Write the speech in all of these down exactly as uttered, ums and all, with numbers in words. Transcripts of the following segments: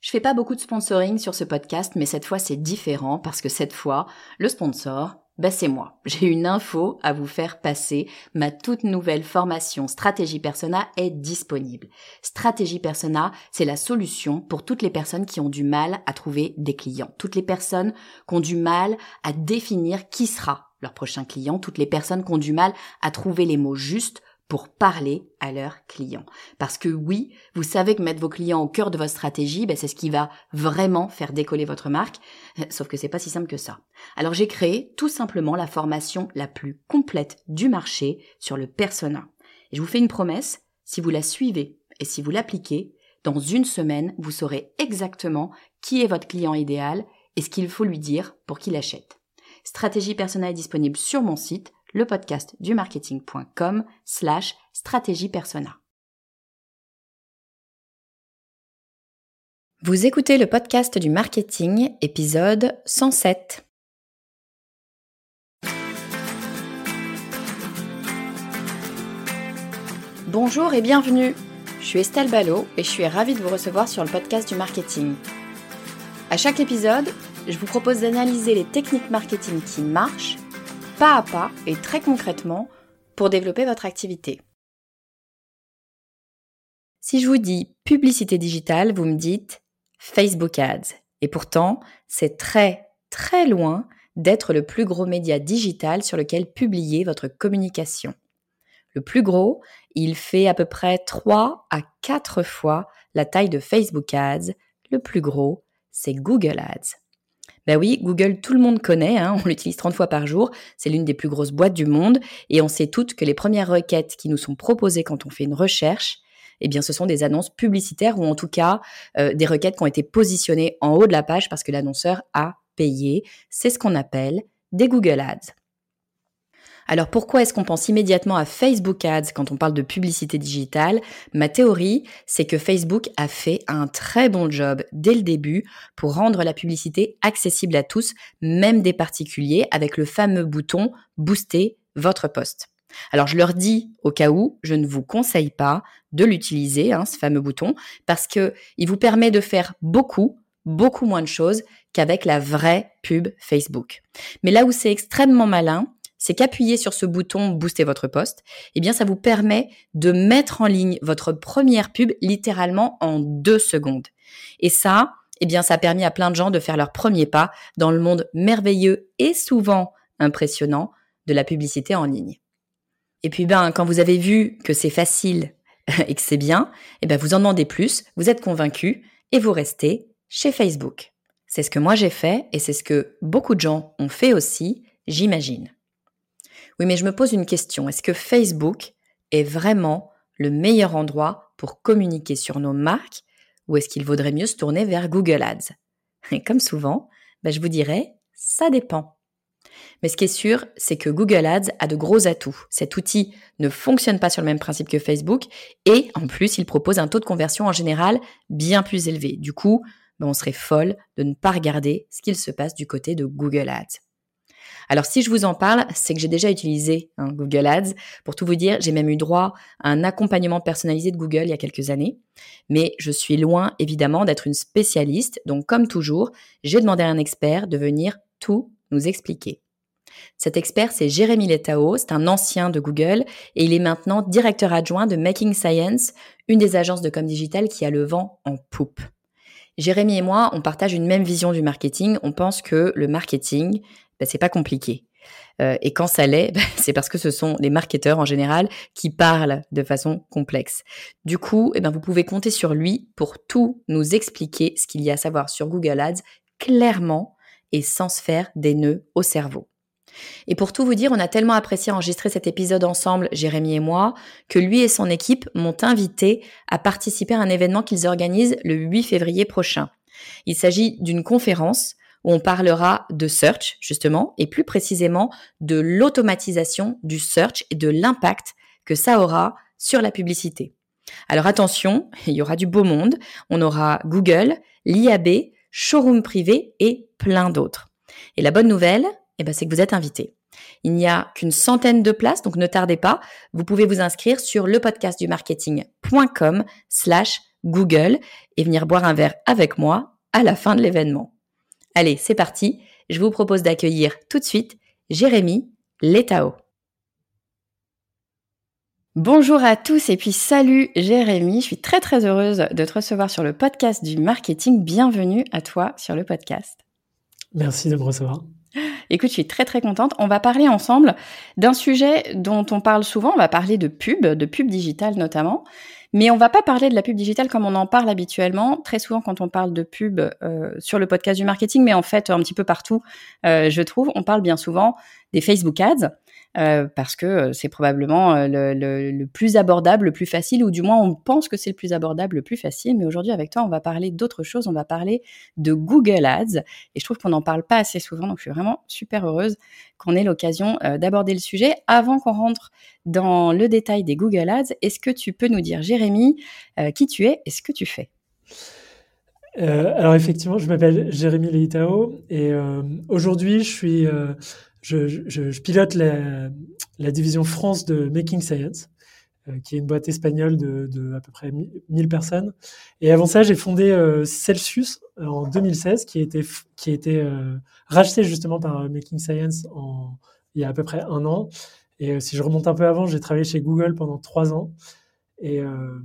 Je fais pas beaucoup de sponsoring sur ce podcast, mais cette fois c'est différent parce que cette fois, le sponsor, bah c'est moi. J'ai une info à vous faire passer. Ma toute nouvelle formation Stratégie Persona est disponible. Stratégie Persona, c'est la solution pour toutes les personnes qui ont du mal à trouver des clients. Toutes les personnes qui ont du mal à définir qui sera leur prochain client. Toutes les personnes qui ont du mal à trouver les mots justes pour parler à leurs clients. Parce que oui, vous savez que mettre vos clients au cœur de votre stratégie, ben c'est ce qui va vraiment faire décoller votre marque, sauf que c'est pas si simple que ça. Alors j'ai créé tout simplement la formation la plus complète du marché sur le persona. Et je vous fais une promesse, si vous la suivez et si vous l'appliquez, dans une semaine, vous saurez exactement qui est votre client idéal et ce qu'il faut lui dire pour qu'il achète. Stratégie Persona est disponible sur mon site, le podcast du marketing.com slash stratégie persona. Vous écoutez le podcast du marketing, épisode cent sept. Bonjour et bienvenue. Je suis Estelle Ballot et je suis ravie de vous recevoir sur le podcast du marketing. À chaque épisode, je vous propose d'analyser les techniques marketing qui marchent pas à pas et très concrètement pour développer votre activité. Si je vous dis publicité digitale, vous me dites Facebook Ads. Et pourtant, c'est très, très loin d'être le plus gros média digital sur lequel publier votre communication. Le plus gros, il fait à peu près trois à quatre fois la taille de Facebook Ads. Le plus gros, c'est Google Ads. Ben oui, Google, tout le monde connaît, hein, on l'utilise trente fois par jour, c'est l'une des plus grosses boîtes du monde et on sait toutes que les premières requêtes qui nous sont proposées quand on fait une recherche, eh bien ce sont des annonces publicitaires ou en tout cas euh, des requêtes qui ont été positionnées en haut de la page parce que l'annonceur a payé. C'est ce qu'on appelle des Google Ads. Alors pourquoi est-ce qu'on pense immédiatement à Facebook Ads quand on parle de publicité digitale ? Ma théorie, c'est que Facebook a fait un très bon job dès le début pour rendre la publicité accessible à tous, même des particuliers, avec le fameux bouton « Booster votre post ». Alors je leur dis au cas où, je ne vous conseille pas de l'utiliser, hein, ce fameux bouton, parce qu'il vous permet de faire beaucoup, beaucoup moins de choses qu'avec la vraie pub Facebook. Mais là où c'est extrêmement malin, c'est qu'appuyer sur ce bouton « Booster votre post », eh bien ça vous permet de mettre en ligne votre première pub littéralement en deux secondes. Et ça, eh bien ça a permis à plein de gens de faire leur premier pas dans le monde merveilleux et souvent impressionnant de la publicité en ligne. Et puis ben quand vous avez vu que c'est facile et que c'est bien, eh ben vous en demandez plus, vous êtes convaincu et vous restez chez Facebook. C'est ce que moi j'ai fait et c'est ce que beaucoup de gens ont fait aussi, j'imagine. Oui, mais je me pose une question. Est-ce que Facebook est vraiment le meilleur endroit pour communiquer sur nos marques ou est-ce qu'il vaudrait mieux se tourner vers Google Ads ? Et comme souvent, ben je vous dirais, ça dépend. Mais ce qui est sûr, c'est que Google Ads a de gros atouts. Cet outil ne fonctionne pas sur le même principe que Facebook et en plus, il propose un taux de conversion en général bien plus élevé. Du coup, ben on serait folle de ne pas regarder ce qu'il se passe du côté de Google Ads. Alors, si je vous en parle, c'est que j'ai déjà utilisé hein, Google Ads. Pour tout vous dire, j'ai même eu droit à un accompagnement personnalisé de Google il y a quelques années. Mais je suis loin, évidemment, d'être une spécialiste. Donc, comme toujours, j'ai demandé à un expert de venir tout nous expliquer. Cet expert, c'est Jérémy Letao. C'est un ancien de Google et il est maintenant directeur adjoint de Making Science, une des agences de com digital qui a le vent en poupe. Jérémy et moi, on partage une même vision du marketing. On pense que le marketing, ben, c'est pas compliqué. Euh, et quand ça l'est, ben, c'est parce que ce sont les marketeurs en général qui parlent de façon complexe. Du coup, eh ben, vous pouvez compter sur lui pour tout nous expliquer ce qu'il y a à savoir sur Google Ads clairement et sans se faire des nœuds au cerveau. Et pour tout vous dire, on a tellement apprécié enregistrer cet épisode ensemble, Jérémy et moi, que lui et son équipe m'ont invité à participer à un événement qu'ils organisent le huit février prochain. Il s'agit d'une conférence où on parlera de search, justement, et plus précisément de l'automatisation du search et de l'impact que ça aura sur la publicité. Alors attention, il y aura du beau monde, on aura Google, l'I A B, Showroom Privé et plein d'autres. Et la bonne nouvelle, eh ben, c'est que vous êtes invités. Il n'y a qu'une centaine de places, donc ne tardez pas. Vous pouvez vous inscrire sur lepodcastdumarketing.com slash Google et venir boire un verre avec moi à la fin de l'événement. Allez, c'est parti. Je vous propose d'accueillir tout de suite Jérémy Letao. Bonjour à tous et puis salut Jérémy, je suis très très heureuse de te recevoir sur le podcast du marketing. Bienvenue à toi sur le podcast. Merci de me recevoir. Écoute, je suis très très contente. On va parler ensemble d'un sujet dont on parle souvent, on va parler de pub, de pub digitale notamment, mais on va pas parler de la pub digitale comme on en parle habituellement. Très souvent quand on parle de pub euh, sur le podcast du marketing, mais en fait un petit peu partout, euh, je trouve, on parle bien souvent des Facebook Ads. Euh, parce que c'est probablement le, le, le plus abordable, le plus facile, ou du moins on pense que c'est le plus abordable, le plus facile. Mais aujourd'hui, avec toi, on va parler d'autre chose. On va parler de Google Ads. Et je trouve qu'on n'en parle pas assez souvent. Donc, je suis vraiment super heureuse qu'on ait l'occasion euh, d'aborder le sujet. Avant qu'on rentre dans le détail des Google Ads, est-ce que tu peux nous dire, Jérémy, euh, qui tu es et ce que tu fais ? euh, Alors, effectivement, je m'appelle Jérémy Leitao et euh, aujourd'hui, je suis... Euh, Je, je, je pilote la, la division France de Making Science, euh, qui est une boîte espagnole de, de à peu près mille personnes. Et avant ça, j'ai fondé euh, Celsius en deux mille seize, qui a été, qui a été euh, racheté justement par Making Science en, il y a à peu près un an. Et euh, si je remonte un peu avant, j'ai travaillé chez Google pendant trois ans. Et, euh,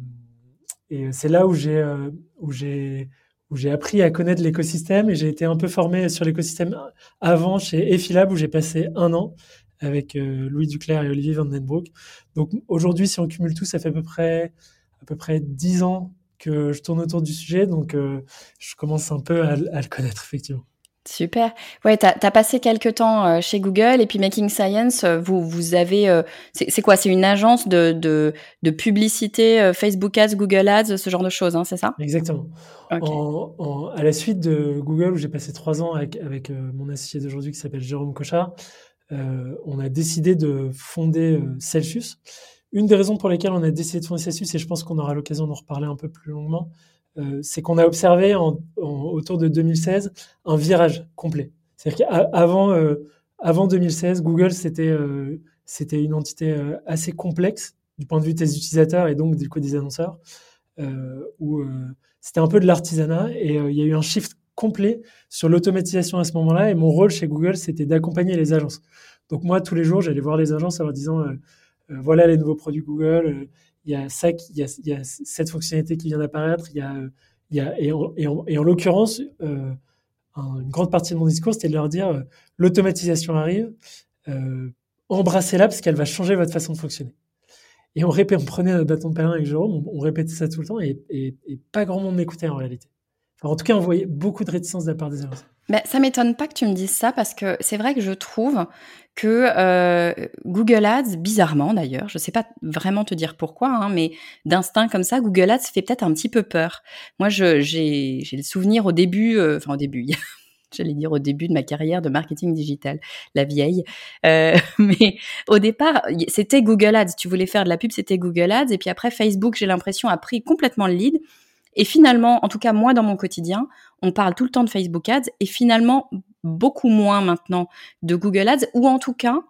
et c'est là où j'ai, euh, où j'ai où j'ai appris à connaître l'écosystème et j'ai été un peu formé sur l'écosystème avant chez Effilab où j'ai passé un an avec euh, Louis Duclerc et Olivier Van Den Broek. Donc aujourd'hui, si on cumule tout, ça fait à peu près à peu près dix ans que je tourne autour du sujet, donc euh, je commence un peu à, à le connaître effectivement. Super. Ouais, t'as, t'as passé quelques temps euh, chez Google et puis Making Science, euh, vous, vous avez, euh, c'est, c'est quoi? C'est une agence de, de, de publicité, euh, Facebook Ads, Google Ads, ce genre de choses, hein, c'est ça? Exactement. Okay. En, en, à la suite de Google, où j'ai passé trois ans avec, avec euh, mon associé d'aujourd'hui qui s'appelle Jérôme Cochard, euh, on a décidé de fonder euh, Celsius. Une des raisons pour lesquelles on a décidé de fonder Celsius, et je pense qu'on aura l'occasion d'en reparler un peu plus longuement, euh, c'est qu'on a observé en, en, autour de deux mille seize un virage complet. C'est-à-dire qu'avant euh, avant deux mille seize, Google, c'était, euh, c'était une entité euh, assez complexe du point de vue des utilisateurs et donc du coup des annonceurs, euh, où euh, c'était un peu de l'artisanat et euh, il y a eu un shift complet sur l'automatisation à ce moment-là. Et mon rôle chez Google, c'était d'accompagner les agences. Donc moi, tous les jours, j'allais voir les agences en leur disant euh, euh, voilà les nouveaux produits Google, euh, il y a ça, il y a, il y a cette fonctionnalité qui vient d'apparaître, il y a, il y a et, en, et, en, et en l'occurrence, euh, un, une grande partie de mon discours, c'était de leur dire euh, l'automatisation arrive, euh, embrassez-la parce qu'elle va changer votre façon de fonctionner. Et on, répé- on prenait notre bâton de pèlerin avec Jérôme, on, on répétait ça tout le temps et, et, et pas grand monde m'écoutait en réalité. Enfin, en tout cas, on voyait beaucoup de réticence de la part des agences. Ben, ça m'étonne pas que tu me dises ça parce que c'est vrai que je trouve que euh, Google Ads, bizarrement d'ailleurs, je sais pas vraiment te dire pourquoi, hein, mais d'instinct comme ça, Google Ads fait peut-être un petit peu peur. Moi, je, j'ai, j'ai le souvenir au début, euh, enfin au début, j'allais dire au début de ma carrière de marketing digital, la vieille. Euh, mais au départ, c'était Google Ads. Tu voulais faire de la pub, c'était Google Ads. Et puis après, Facebook, j'ai l'impression, a pris complètement le lead. Et finalement, en tout cas moi dans mon quotidien, on parle tout le temps de Facebook Ads et finalement beaucoup moins maintenant de Google Ads, ou en tout cas,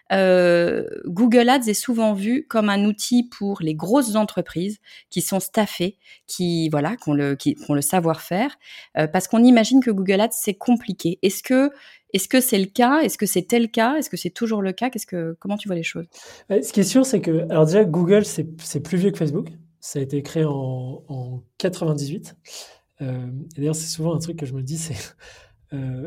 euh, Google Ads est souvent vu comme un outil pour les grosses entreprises qui sont staffées, qui voilà, qui ont le, qui, qui ont le savoir-faire, euh, parce qu'on imagine que Google Ads c'est compliqué. Est-ce que est-ce que c'est le cas? Est-ce que c'était le cas? Est-ce que c'est toujours le cas? Qu'est-ce que comment tu vois les choses? Ce qui est sûr, c'est que alors déjà Google c'est c'est plus vieux que Facebook. Ça a été créé en, en quatre-vingt-dix-huit. Euh, et d'ailleurs, c'est souvent un truc que je me dis, c'est euh,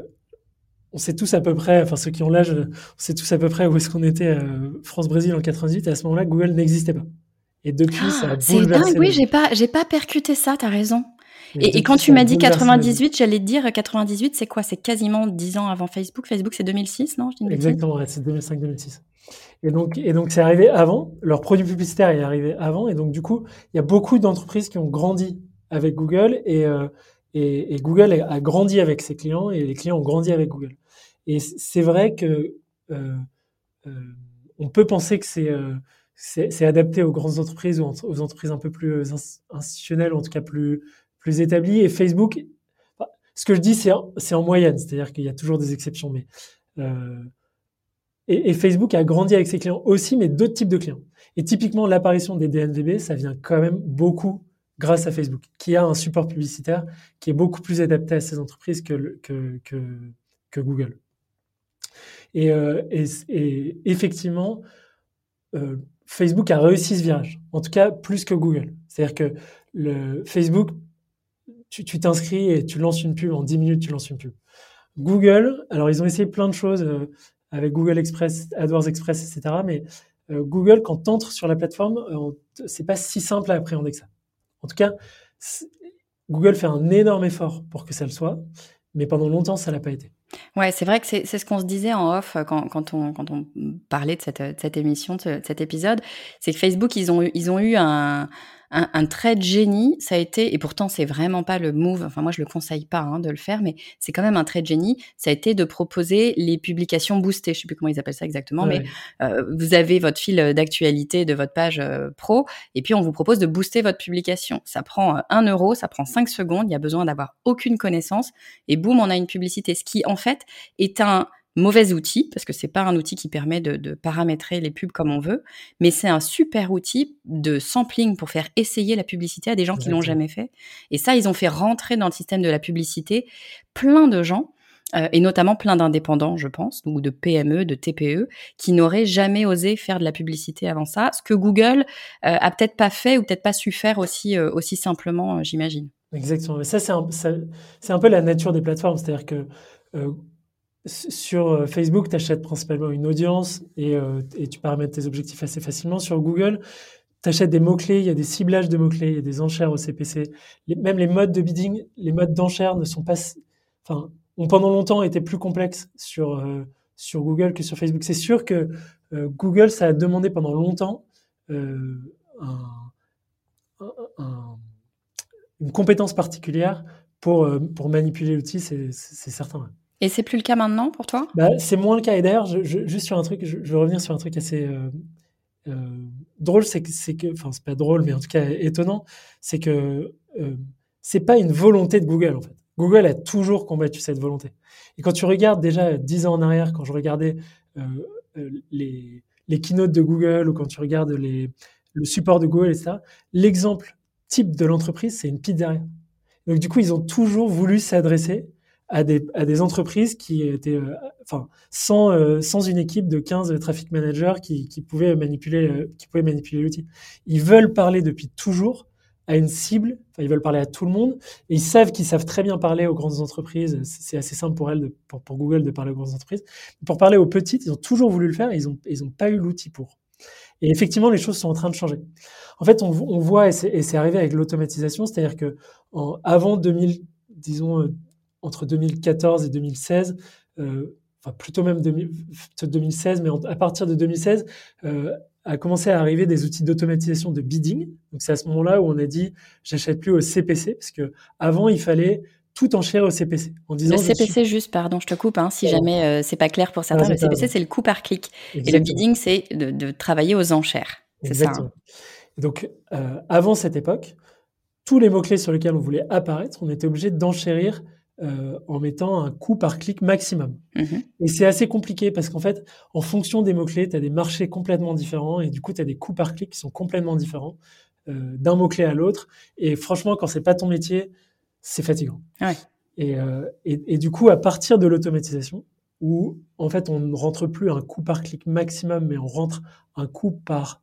on sait tous à peu près, enfin ceux qui ont l'âge, on sait tous à peu près où est-ce qu'on était euh, France-Brésil en quatre-vingt-dix-huit. Et à ce moment-là, Google n'existait pas. Et depuis, ça a Ah, c'est bouleversé. dingue, oui, j'ai pas, j'ai pas percuté ça, t'as raison. Et, Et, et depuis, quand tu ça a m'as dit bouleversé ma vie. quatre-vingt-dix-huit, j'allais te dire quatre-vingt-dix-huit, c'est quoi? C'est quasiment dix ans avant Facebook. Facebook, c'est deux mille six, non? Je dis une bêtise? Exactement, ouais, c'est deux mille cinq deux mille six. Et donc, et donc c'est arrivé avant, leur produit publicitaire est arrivé avant, et donc du coup, il y a beaucoup d'entreprises qui ont grandi avec Google, et, euh, et, et Google a grandi avec ses clients, et les clients ont grandi avec Google. Et c'est vrai que euh, euh, on peut penser que c'est euh, c'est c'est adapté aux grandes entreprises ou aux entreprises un peu plus institutionnelles, ou en tout cas plus, plus établies, et Facebook, enfin, ce que je dis, c'est en, c'est en moyenne, c'est-à-dire qu'il y a toujours des exceptions, mais... Euh, Et, et Facebook a grandi avec ses clients aussi, mais d'autres types de clients. Et typiquement, l'apparition des D N V B, ça vient quand même beaucoup grâce à Facebook, qui a un support publicitaire qui est beaucoup plus adapté à ces entreprises que, le- que, que, que Google. Et, euh, et, et effectivement, euh, Facebook a réussi ce virage, en tout cas plus que Google. C'est-à-dire que le Facebook, tu tu t'inscris et tu lances une pub, en dix minutes, tu lances une pub. Google, alors ils ont essayé plein de choses euh, avec Google Express, AdWords Express, et cetera. Mais euh, Google, quand tu entres sur la plateforme, euh, c'est pas si simple à appréhender que ça. En tout cas, Google fait un énorme effort pour que ça le soit, mais pendant longtemps, ça l'a pas été. Ouais, c'est vrai que c'est c'est ce qu'on se disait en off euh, quand, quand on, quand on parlait de cette, de cette émission, de, ce- de cet épisode. C'est que Facebook, ils ont, eu- ils ont eu un, un, un trait de génie. Ça a été, et pourtant, c'est vraiment pas le move. Enfin, moi, je le conseille pas hein, de le faire, mais c'est quand même un trait de génie. Ça a été de proposer les publications boostées. Je sais plus comment ils appellent ça exactement, mais Ouais. euh, vous avez votre fil d'actualité de votre page euh, pro, et puis on vous propose de booster votre publication. Ça prend euh, un euro, ça prend cinq secondes. Il y a besoin d'avoir aucune connaissance. Et boum, on a une publicité. Ce qui, en fait, est un mauvais outil, parce que c'est pas un outil qui permet de, de paramétrer les pubs comme on veut, mais c'est un super outil de sampling pour faire essayer la publicité à des gens qui l'ont Exactement. jamais fait. Et ça, ils ont fait rentrer dans le système de la publicité plein de gens, euh, et notamment plein d'indépendants, je pense, ou de P M E, de T P E, qui n'auraient jamais osé faire de la publicité avant ça, ce que Google euh, a peut-être pas fait ou peut-être pas su faire aussi, euh, aussi simplement, euh, j'imagine. Exactement. Mais ça, c'est un, ça- c'est un peu la nature des plateformes. C'est-à-dire que euh, s- sur euh, Facebook, tu achètes principalement une audience et, euh, et tu paramètres tes objectifs assez facilement. Sur Google, tu achètes des mots-clés, il y a des ciblages de mots-clés, il y a des enchères au C P C. Les- même les modes de bidding, les modes d'enchères ne sont pas, s- enfin, ont pendant longtemps été plus complexes sur, euh, sur Google que sur Facebook. C'est sûr que euh, Google, ça a demandé pendant longtemps euh, un, un- un- une compétence particulière pour, euh, pour manipuler l'outil, c'est c'est- c'est certain. Ouais. Et c'est plus le cas maintenant pour toi? Bah, c'est moins le cas. Et d'ailleurs, je, je- juste sur un truc, je, je veux revenir sur un truc assez euh, euh, drôle, c'est que, c'est que, enfin, c'est pas drôle, mais en tout cas étonnant, c'est que euh, c'est pas une volonté de Google, en fait. Google a toujours combattu cette volonté. Et quand tu regardes déjà dix ans en arrière, quand je regardais euh, euh, les, les keynotes de Google ou quand tu regardes les, le support de Google, et cetera, l'exemple type de l'entreprise, c'est une pizzeria. Donc, du coup, ils ont toujours voulu s'adresser à des, à des entreprises qui étaient, euh, enfin, sans, euh, sans une équipe de quinze traffic managers qui, qui pouvaient manipuler, euh, qui pouvaient manipuler l'outil. Ils veulent parler depuis toujours à une cible, enfin, ils veulent parler à tout le monde, et ils savent qu'ils savent très bien parler aux grandes entreprises. C'est c'est assez simple pour elles, de, pour, pour Google, de parler aux grandes entreprises. Pour parler aux petites, ils ont toujours voulu le faire, et ils n'ont ils ont pas eu l'outil pour. Et effectivement, les choses sont en train de changer. En fait, on, on voit, et c'est, et c'est arrivé avec l'automatisation, c'est-à-dire que en, avant deux mille, disons, euh, entre deux mille quatorze et deux mille seize, euh, enfin plutôt même deux mille, deux mille seize, mais en- à partir de deux mille seize, euh, a commencé à arriver des outils d'automatisation de bidding. Donc c'est à ce moment-là où on a dit, j'achète plus au C P C, parce que avant il fallait tout enchère au C P C, en Le disant je suis... C P C, juste, pardon, je te coupe, hein, si Pardon. jamais euh, c'est pas clair pour Ah, certains, c'est le pas C P C, grave. c'est le coût par clic. Et le Exactement. bidding, c'est de, de travailler aux enchères. C'est ça. Exactement. Hein. Et donc, euh, avant cette époque, tous les mots-clés sur lesquels on voulait apparaître, on était obligé d'enchérir euh, en mettant un coût par clic maximum. Mhm. Et c'est assez compliqué parce qu'en fait, en fonction des mots-clés, tu as des marchés complètement différents et du coup, tu as des coûts par clic qui sont complètement différents euh, d'un mot-clé à l'autre. Et franchement, quand c'est pas ton métier, c'est fatigant. Ouais. Et, euh, et, et du coup, à partir de l'automatisation, où en fait, on ne rentre plus un coût par clic maximum, mais on rentre un coût par,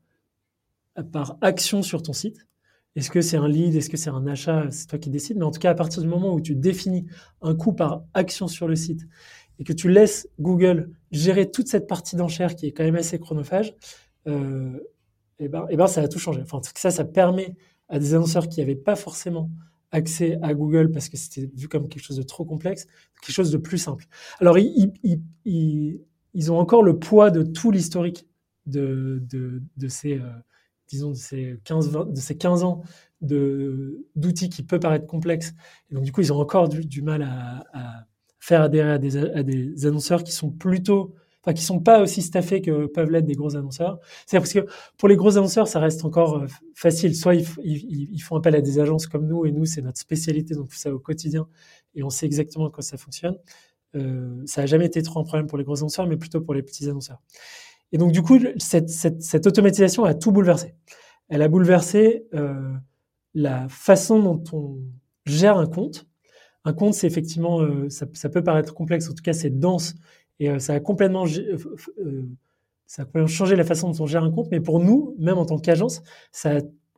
par action sur ton site. Est-ce que c'est un lead? Est-ce que c'est un achat? C'est toi qui décides. Mais en tout cas, à partir du moment où tu définis un coût par action sur le site et que tu laisses Google gérer toute cette partie d'enchère qui est quand même assez chronophage, euh, et ben, et ben, ça a tout changé. Enfin, ça, ça permet à des annonceurs qui n'avaient pas forcément accès à Google parce que c'était vu comme quelque chose de trop complexe, quelque chose de plus simple. Alors, ils, ils, ils, ils ont encore le poids de tout l'historique de, de, de ces... Euh, disons, de ces quinze, vingt, de ces quinze ans de, d'outils qui peuvent paraître complexes. Et donc, du coup, ils ont encore du, du mal à, à faire adhérer à des, à des annonceurs qui sont plutôt, enfin, qui sont pas aussi staffés que peuvent l'être des gros annonceurs. C'est parce que pour les gros annonceurs, ça reste encore facile. Soit ils, ils, ils font appel à des agences comme nous, et nous, c'est notre spécialité, donc on fait ça au quotidien, et on sait exactement comment ça fonctionne. Euh, ça n'a jamais été trop un problème pour les gros annonceurs, mais plutôt pour les petits annonceurs. Et donc, du coup, cette, cette, cette automatisation a tout bouleversé. Elle a bouleversé euh, la façon dont on gère un compte. Un compte, c'est effectivement, euh, ça, ça peut paraître complexe, en tout cas c'est dense, et euh, ça a complètement, euh, euh, ça a complètement changé la façon dont on gère un compte, mais pour nous, même en tant qu'agence, ça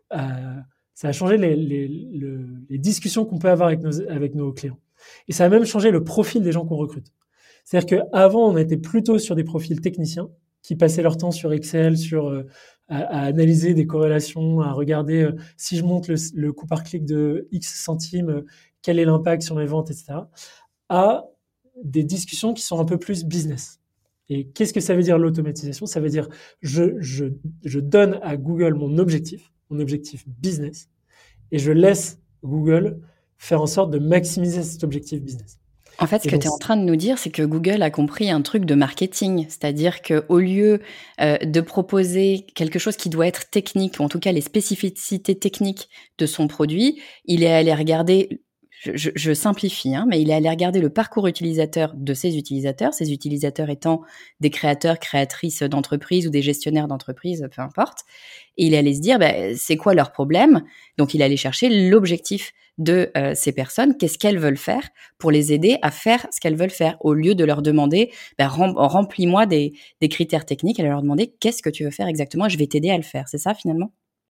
a, ça a changé les, les, le, les discussions qu'on peut avoir avec nos, avec nos clients. Et ça a même changé le profil des gens qu'on recrute. C'est-à-dire qu'avant, on était plutôt sur des profils techniciens qui passaient leur temps sur Excel, sur, euh, à, à analyser des corrélations, à regarder euh, si je monte le, le coût par clic de X centimes, euh, quel est l'impact sur mes ventes, et cetera, à des discussions qui sont un peu plus business. Et qu'est-ce que ça veut dire l'automatisation? Ça veut dire je, je, je donne à Google mon objectif, mon objectif business, et je laisse Google faire en sorte de maximiser cet objectif business. En fait, ce et que tu es en train de nous dire, c'est que Google a compris un truc de marketing. C'est-à-dire qu'au lieu euh, de proposer quelque chose qui doit être technique, ou en tout cas les spécificités techniques de son produit, il est allé regarder... Je, je simplifie, hein, mais il est allé regarder le parcours utilisateur de ses utilisateurs, ses utilisateurs étant des créateurs, créatrices d'entreprises ou des gestionnaires d'entreprises, peu importe. Et il est allé se dire, bah, c'est quoi leur problème? Donc, il est allé chercher l'objectif de euh, ces personnes, qu'est-ce qu'elles veulent faire pour les aider à faire ce qu'elles veulent faire, au lieu de leur demander, bah, rem- remplis-moi des, des critères techniques, elle leur demander, qu'est-ce que tu veux faire exactement? Je vais t'aider à le faire. C'est ça, finalement?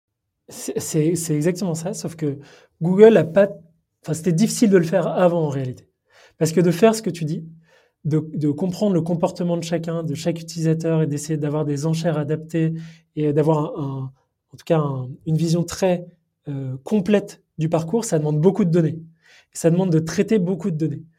C'est, c'est, c'est exactement ça, sauf que Google n'a pas... Enfin, c'était difficile de le faire avant, en réalité. Parce que de faire ce que tu dis, de, de comprendre le comportement de chacun, de chaque utilisateur, et d'essayer d'avoir des enchères adaptées, et d'avoir, un, un, en tout cas, un, une vision très euh, complète du parcours, ça demande beaucoup de données. Ça demande de traiter beaucoup de données.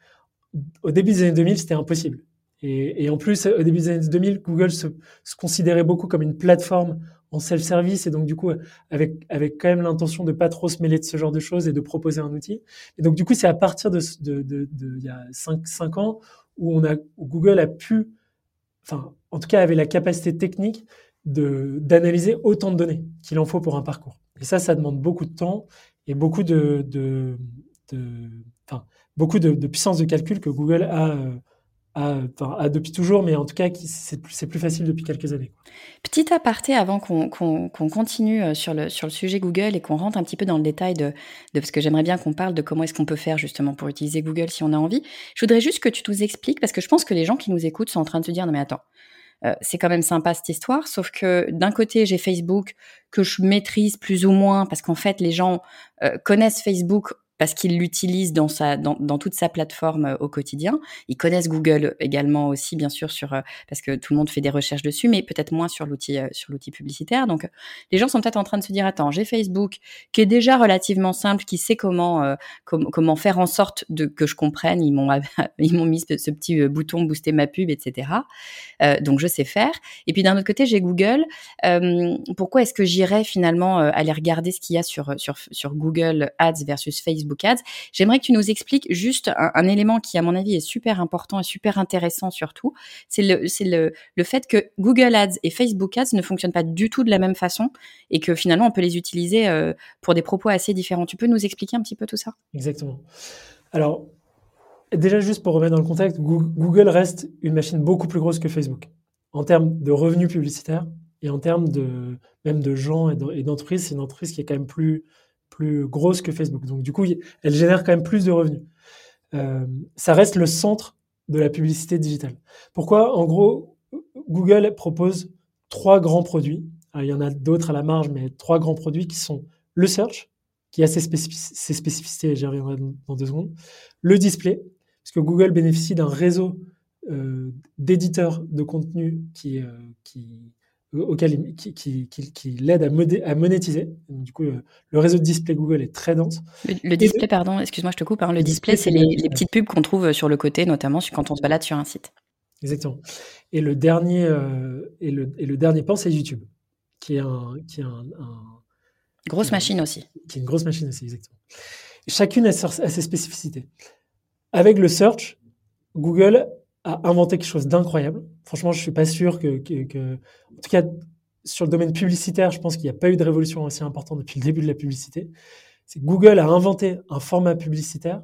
Au début des années deux mille, c'était impossible. Et, et en plus, au début des années deux mille, Google se, se considérait beaucoup comme une plateforme en self-service, et donc du coup, avec, avec quand même l'intention de pas trop se mêler de ce genre de choses et de proposer un outil. Et donc du coup, c'est à partir de, de, de, de il y a cinq ans où, on a, où Google a pu, enfin, en tout cas, avait la capacité technique de, d'analyser autant de données qu'il en faut pour un parcours. Et ça, ça demande beaucoup de temps et beaucoup de, de, de enfin, beaucoup de, de puissance de calcul que Google a, euh, a, enfin, a depuis toujours, mais en tout cas, c'est plus, c'est plus facile depuis quelques années. Petit aparté avant qu'on, qu'on, qu'on continue sur le, sur le sujet Google et qu'on rentre un petit peu dans le détail de, de parce que j'aimerais bien qu'on parle de comment est-ce qu'on peut faire justement pour utiliser Google si on a envie. Je voudrais juste que tu nous expliques, parce que je pense que les gens qui nous écoutent sont en train de se dire, non mais attends, Euh, c'est quand même sympa cette histoire, sauf que d'un côté, j'ai Facebook que je maîtrise plus ou moins parce qu'en fait, les gens euh, connaissent Facebook parce qu'ils l'utilisent dans, sa, dans, dans toute sa plateforme euh, au quotidien. Ils connaissent Google également aussi, bien sûr, sur, euh, parce que tout le monde fait des recherches dessus, mais peut-être moins sur l'outil, euh, sur l'outil publicitaire. Donc, les gens sont peut-être en train de se dire, attends, j'ai Facebook qui est déjà relativement simple, qui sait comment, euh, com- comment faire en sorte de, que je comprenne. Ils m'ont, ils m'ont mis ce, ce petit bouton booster ma pub, et cetera. Euh, donc, je sais faire. Et puis, d'un autre côté, j'ai Google. Euh, pourquoi est-ce que j'irais finalement euh, aller regarder ce qu'il y a sur, sur, sur Google Ads versus Facebook Ads? J'aimerais que tu nous expliques juste un, un élément qui, à mon avis, est super important et super intéressant surtout. C'est, le, c'est le, le fait que Google Ads et Facebook Ads ne fonctionnent pas du tout de la même façon et que finalement, on peut les utiliser euh, pour des propos assez différents. Tu peux nous expliquer un petit peu tout ça? Exactement. Alors, déjà, juste pour remettre dans le contexte, Google reste une machine beaucoup plus grosse que Facebook en termes de revenus publicitaires et en termes de, même de gens et d'entreprises. C'est une entreprise qui est quand même plus, plus grosse que Facebook. Donc, du coup, elle génère quand même plus de revenus. Euh, ça reste le centre de la publicité digitale. Pourquoi? En gros, Google propose trois grands produits. Alors, il y en a d'autres à la marge, mais trois grands produits qui sont le search, qui a ses, spécific- ses spécificités, j'y reviendrai dans deux secondes, le display, parce que Google bénéficie d'un réseau euh, d'éditeurs de contenu qui, euh, qui, auquel, qui, qui, qui, qui l'aide à, modé, à monétiser. Donc, du coup, euh, le réseau de display Google est très dense. Le, le display, de... pardon, excuse-moi, je te coupe. Hein, le, le display, display, c'est, c'est les, les petites pubs qu'on trouve sur le côté, notamment quand on se balade sur un site. Exactement. Et le dernier, euh, et le, et le dernier pan, c'est YouTube, qui est un, qui est un, un grosse machine aussi. Qui est une grosse machine aussi, exactement. Et chacune a ses spécificités. Avec le search, Google a inventé quelque chose d'incroyable. Franchement, je suis pas sûr que, que, que, en tout cas, sur le domaine publicitaire, je pense qu'il n'y a pas eu de révolution aussi importante depuis le début de la publicité. C'est que Google a inventé un format publicitaire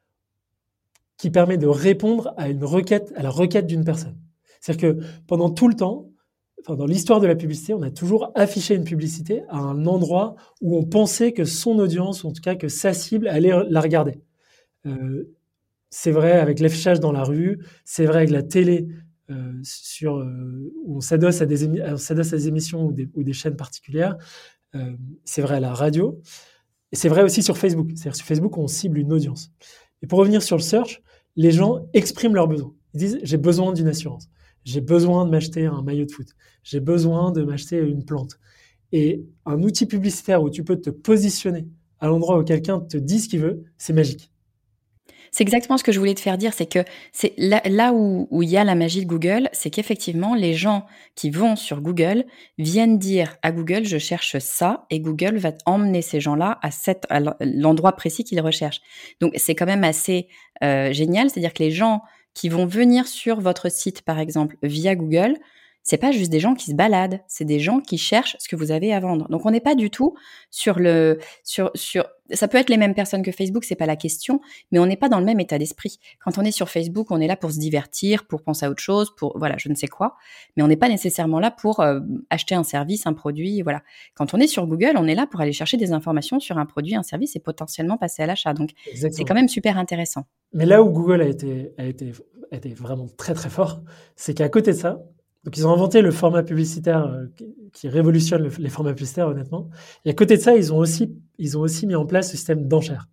qui permet de répondre à une requête, à la requête d'une personne. C'est-à-dire que pendant tout le temps, enfin, dans l'histoire de la publicité, on a toujours affiché une publicité à un endroit où on pensait que son audience, ou en tout cas que sa cible, allait la regarder. Euh, c'est vrai avec l'affichage dans la rue, c'est vrai avec la télé, euh, sur, euh, où on s'adosse à, des émi- on s'adosse à des émissions ou des, ou des chaînes particulières. Euh, c'est vrai à la radio. Et c'est vrai aussi sur Facebook. C'est-à-dire sur Facebook, on cible une audience. Et pour revenir sur le search, les gens expriment leurs besoins. Ils disent, j'ai besoin d'une assurance. J'ai besoin de m'acheter un maillot de foot. J'ai besoin de m'acheter une plante. Et un outil publicitaire où tu peux te positionner à l'endroit où quelqu'un te dit ce qu'il veut, c'est magique. C'est exactement ce que je voulais te faire dire, c'est que c'est là, là où, où il y a la magie de Google, c'est qu'effectivement, les gens qui vont sur Google viennent dire à Google, je cherche ça, et Google va emmener ces gens-là à, cette, à l'endroit précis qu'ils recherchent. Donc, c'est quand même assez euh, génial, c'est-à-dire que les gens qui vont venir sur votre site, par exemple, via Google, c'est pas juste des gens qui se baladent, c'est des gens qui cherchent ce que vous avez à vendre. Donc on n'est pas du tout sur le sur sur ça peut être les mêmes personnes que Facebook, c'est pas la question, mais on n'est pas dans le même état d'esprit. Quand on est sur Facebook, on est là pour se divertir, pour penser à autre chose, pour voilà, je ne sais quoi, mais on n'est pas nécessairement là pour euh, acheter un service, un produit, voilà. Quand on est sur Google, on est là pour aller chercher des informations sur un produit, un service et potentiellement passer à l'achat. Donc Exactement. C'est quand même super intéressant. Mais là où Google a été a été a été vraiment très très fort, c'est qu'à côté de ça, donc, ils ont inventé le format publicitaire euh, qui, qui révolutionne le, les formats publicitaires, honnêtement. Et à côté de ça, ils ont aussi, ils ont aussi mis en place le système d'enchères.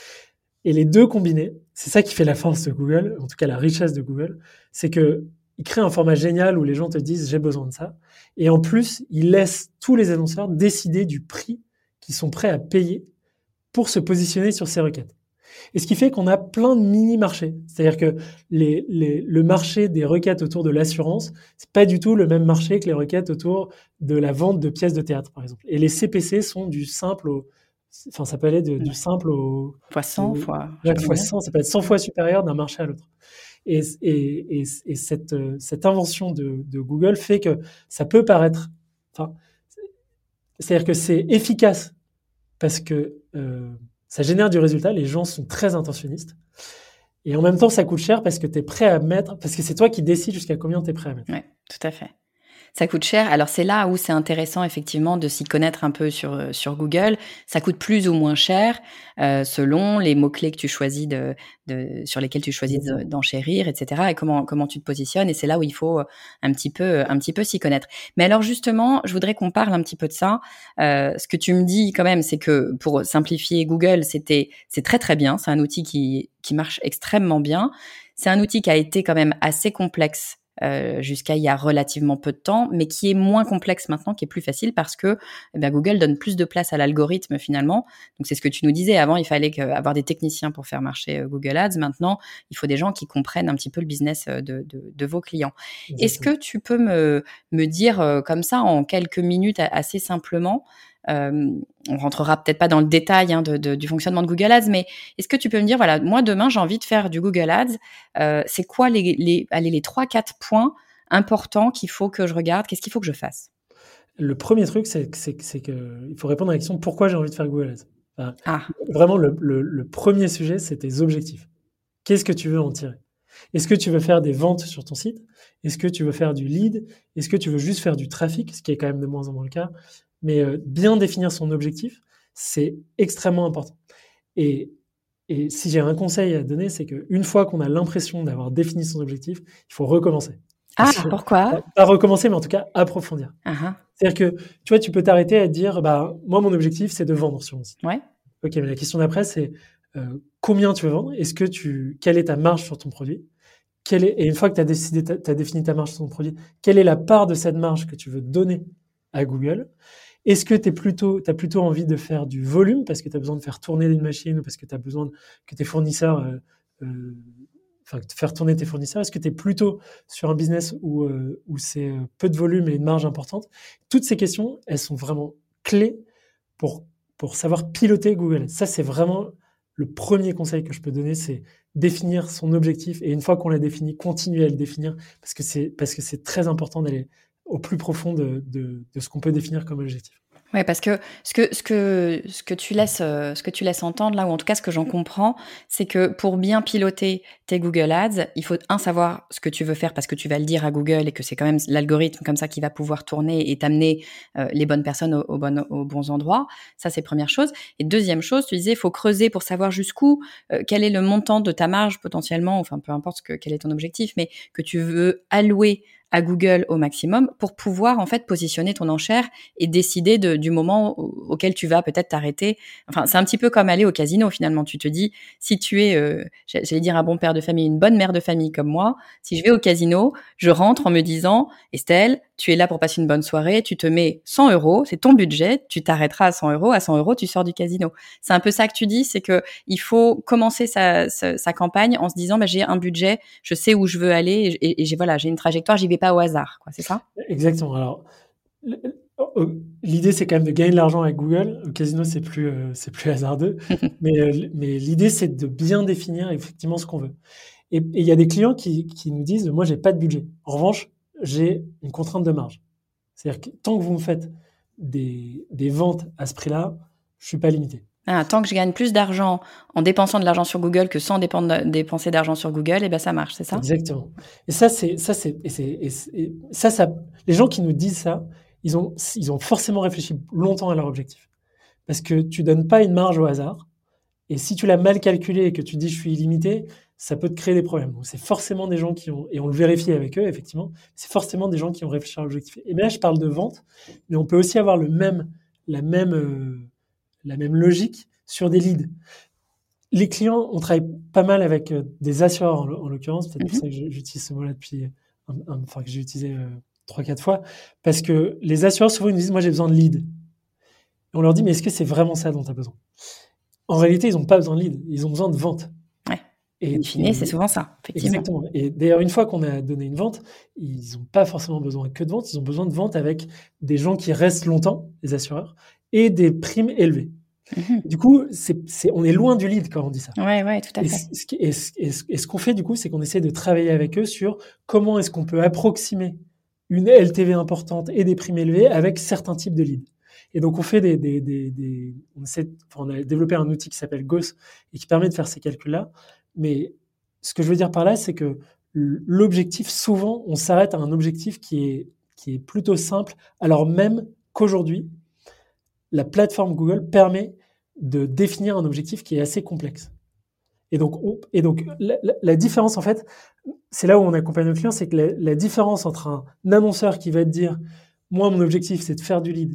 Et les deux combinés, c'est ça qui fait la force de Google, en tout cas la richesse de Google, c'est que ils créent un format génial où les gens te disent j'ai besoin de ça. Et en plus, ils laissent tous les annonceurs décider du prix qu'ils sont prêts à payer pour se positionner sur ces requêtes. Et ce qui fait qu'on a plein de mini-marchés. C'est-à-dire que les, les, le marché des requêtes autour de l'assurance, c'est pas du tout le même marché que les requêtes autour de la vente de pièces de théâtre, par exemple. Et les C P C sont du simple au... Enfin, ça peut aller de, du simple au... Fois cent, fois... fois cent, ça peut être cent fois supérieur d'un marché à l'autre. Et, et, et, et cette, cette invention de, de Google fait que ça peut paraître... Enfin, c'est-à-dire que c'est efficace parce que... Euh, ça génère du résultat, les gens sont très intentionnistes. Et en même temps, ça coûte cher parce que tu es prêt à mettre, parce que c'est toi qui décides jusqu'à combien tu es prêt à mettre. Oui, tout à fait. Ça coûte cher. Alors, c'est là où c'est intéressant, effectivement, de s'y connaître un peu sur, sur Google. Ça coûte plus ou moins cher euh, selon les mots-clés que tu choisis de, de, sur lesquels tu choisis de, d'enchérir, et cetera. Et comment, comment tu te positionnes. Et c'est là où il faut un petit peu, un petit peu s'y connaître. Mais alors, justement, je voudrais qu'on parle un petit peu de ça. Euh, ce que tu me dis, quand même, c'est que pour simplifier Google, c'était, c'est très, très bien. C'est un outil qui, qui marche extrêmement bien. C'est un outil qui a été quand même assez complexe Euh, jusqu'à il y a relativement peu de temps, mais qui est moins complexe maintenant, qui est plus facile parce que eh bien, Google donne plus de place à l'algorithme finalement. Donc c'est ce que tu nous disais, avant il fallait que, avoir des techniciens pour faire marcher euh, Google Ads, maintenant il faut des gens qui comprennent un petit peu le business de, de, de vos clients. Exactement. Est-ce que tu peux me, me dire euh, comme ça en quelques minutes assez simplement, Euh, on rentrera peut-être pas dans le détail hein, de, de, du fonctionnement de Google Ads, mais est-ce que tu peux me dire, voilà, moi demain j'ai envie de faire du Google Ads, euh, c'est quoi les, les, allez, les trois, quatre points importants qu'il faut que je regarde, qu'est-ce qu'il faut que je fasse? Le premier truc, c'est, c'est, c'est qu'il faut répondre à la question pourquoi j'ai envie de faire Google Ads. Enfin, ah. Vraiment, le, le, le premier sujet, c'est tes objectifs. Qu'est-ce que tu veux en tirer? Est-ce que tu veux faire des ventes sur ton site? Est-ce que tu veux faire du lead? Est-ce que tu veux juste faire du trafic, ce qui est quand même de moins en moins le cas? Mais euh, bien définir son objectif, c'est extrêmement important. Et, et si j'ai un conseil à donner, c'est qu'une fois qu'on a l'impression d'avoir défini son objectif, il faut recommencer. Ah, pourquoi? Pas, pas recommencer, mais en tout cas approfondir. Uh-huh. C'est-à-dire que, tu vois, tu peux t'arrêter à te dire, bah, moi, mon objectif, c'est de vendre sur mon site. Ouais. Ok, mais la question d'après, c'est euh, combien tu veux vendre? Est-ce que tu, quelle est ta marge sur ton produit? Quelle est, et une fois que tu as décidé, tu as défini ta marge sur ton produit, quelle est la part de cette marge que tu veux donner à Google? Est-ce que tu es plutôt, t'as plutôt envie de faire du volume parce que tu as besoin de faire tourner une machine ou parce que tu as besoin de, que tes fournisseurs, euh, euh, enfin, de faire tourner tes fournisseurs? Est-ce que tu es plutôt sur un business où, euh, où c'est euh, peu de volume et une marge importante? Toutes ces questions, elles sont vraiment clés pour, pour savoir piloter Google. Ça, c'est vraiment le premier conseil que je peux donner, c'est définir son objectif. Et une fois qu'on l'a défini, continuer à le définir parce que c'est, parce que c'est très important d'aller au plus profond de, de, de ce qu'on peut définir comme objectif. Ouais, parce que ce que ce que ce que tu laisses euh, ce que tu laisses entendre là, ou en tout cas ce que j'en comprends, c'est que pour bien piloter tes Google Ads, il faut un savoir ce que tu veux faire parce que tu vas le dire à Google et que c'est quand même l'algorithme comme ça qui va pouvoir tourner et t'amener euh, les bonnes personnes au, au bon, aux bons endroits. Ça, c'est première chose. Et deuxième chose, tu disais, il faut creuser pour savoir jusqu'où, euh, quel est le montant de ta marge potentiellement, enfin peu importe ce que, quel est ton objectif, mais que tu veux allouer à Google au maximum pour pouvoir en fait positionner ton enchère et décider de, du moment auquel tu vas peut-être t'arrêter. Enfin, c'est un petit peu comme aller au casino finalement. Tu te dis, si tu es, euh, j'allais dire un bon père de famille, une bonne mère de famille comme moi, si je vais au casino, je rentre en me disant, Estelle, tu es là pour passer une bonne soirée, tu te mets cent euros, c'est ton budget, tu t'arrêteras à cent euros, à cent euros, tu sors du casino. C'est un peu ça que tu dis, c'est que il faut commencer sa, sa, sa campagne en se disant, bah, j'ai un budget, je sais où je veux aller et, et, et j'ai, voilà, j'ai une trajectoire, j'y vais pas au hasard, quoi, c'est ça? Exactement. Alors, l'idée, c'est quand même de gagner de l'argent avec Google. Au casino, c'est plus, euh, c'est plus hasardeux. mais, euh, mais l'idée, c'est de bien définir effectivement ce qu'on veut. Et il y a des clients qui, qui nous disent, moi, j'ai pas de budget. En revanche, j'ai une contrainte de marge. C'est-à-dire que tant que vous me faites des, des ventes à ce prix-là, je suis pas limité. Ah, tant que je gagne plus d'argent en dépensant de l'argent sur Google que sans dépendre, dépenser d'argent sur Google, et ben ça marche, c'est ça? Exactement. Et ça, c'est ça, c'est et c'est et c'est- et ça, ça, les gens qui nous disent ça, ils ont ils ont forcément réfléchi longtemps à leur objectif. Parce que tu donnes pas une marge au hasard. Et si tu l'as mal calculé et que tu dis je suis illimité, ça peut te créer des problèmes. Donc c'est forcément des gens qui ont, et on le vérifie avec eux, effectivement, c'est forcément des gens qui ont réfléchi à l'objectif. Et bien là, je parle de vente, mais on peut aussi avoir le même, la même, euh, la même logique sur des leads. Les clients, on travaille pas mal avec euh, des assureurs en, en l'occurrence, peut-être pour Mhm. ça que j'utilise ce mot-là depuis, un, un, enfin que j'ai utilisé euh, trois, quatre fois, parce que les assureurs souvent ils nous disent moi j'ai besoin de leads. Et on leur dit mais est-ce que c'est vraiment ça dont tu as besoin? En réalité, ils n'ont pas besoin de leads, ils ont besoin de vente. Ouais. Et, In fine, c'est et- souvent ça, effectivement. exactement. Et d'ailleurs, une fois qu'on a donné une vente, ils n'ont pas forcément besoin que de vente, ils ont besoin de vente avec des gens qui restent longtemps, les assureurs, et des primes élevées. Mhm. Du coup, c'est, c'est, on est loin du lead quand on dit ça. Ouais, ouais, tout à Et fait. ce, qui- et ce- et ce- et ce qu'on fait, du coup, c'est qu'on essaie de travailler avec eux sur comment est-ce qu'on peut approximer une L T V importante et des primes élevées avec certains types de leads. Et donc, on fait des, des, des, des- on essaie, enfin, on a développé un outil qui s'appelle Gauss et qui permet de faire ces calculs-là. Mais ce que je veux dire par là, c'est que l'objectif, souvent, on s'arrête à un objectif qui est, qui est plutôt simple, alors même qu'aujourd'hui, la plateforme Google permet de définir un objectif qui est assez complexe. Et donc, on, et donc la, la, la, différence, en fait, c'est là où on accompagne nos clients, c'est que la, la différence entre un annonceur qui va te dire, moi, mon objectif, c'est de faire du lead,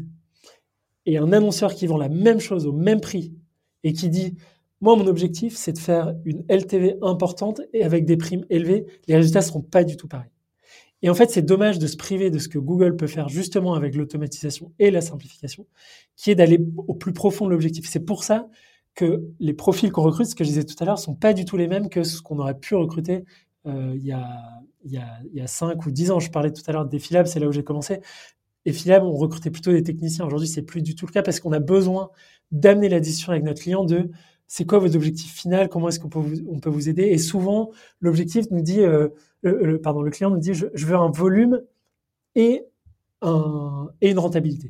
et un annonceur qui vend la même chose au même prix, et qui dit, moi, mon objectif, c'est de faire une L T V importante et avec des primes élevées, les résultats ne seront pas du tout pareils. Et en fait, c'est dommage de se priver de ce que Google peut faire justement avec l'automatisation et la simplification, qui est d'aller au plus profond de l'objectif. C'est pour ça que les profils qu'on recrute, ce que je disais tout à l'heure, sont pas du tout les mêmes que ce qu'on aurait pu recruter euh, il y a il y a il y a cinq ou dix ans. Je parlais tout à l'heure des Philab, c'est là où j'ai commencé. Et Philab, on recrutait plutôt des techniciens. Aujourd'hui, c'est plus du tout le cas parce qu'on a besoin d'amener la discussion avec notre client de c'est quoi vos objectifs finaux, comment est-ce qu'on peut vous, on peut vous aider. Et souvent, l'objectif nous dit, euh, le, le, pardon, le client nous dit, je, je veux un volume et, un, et une rentabilité.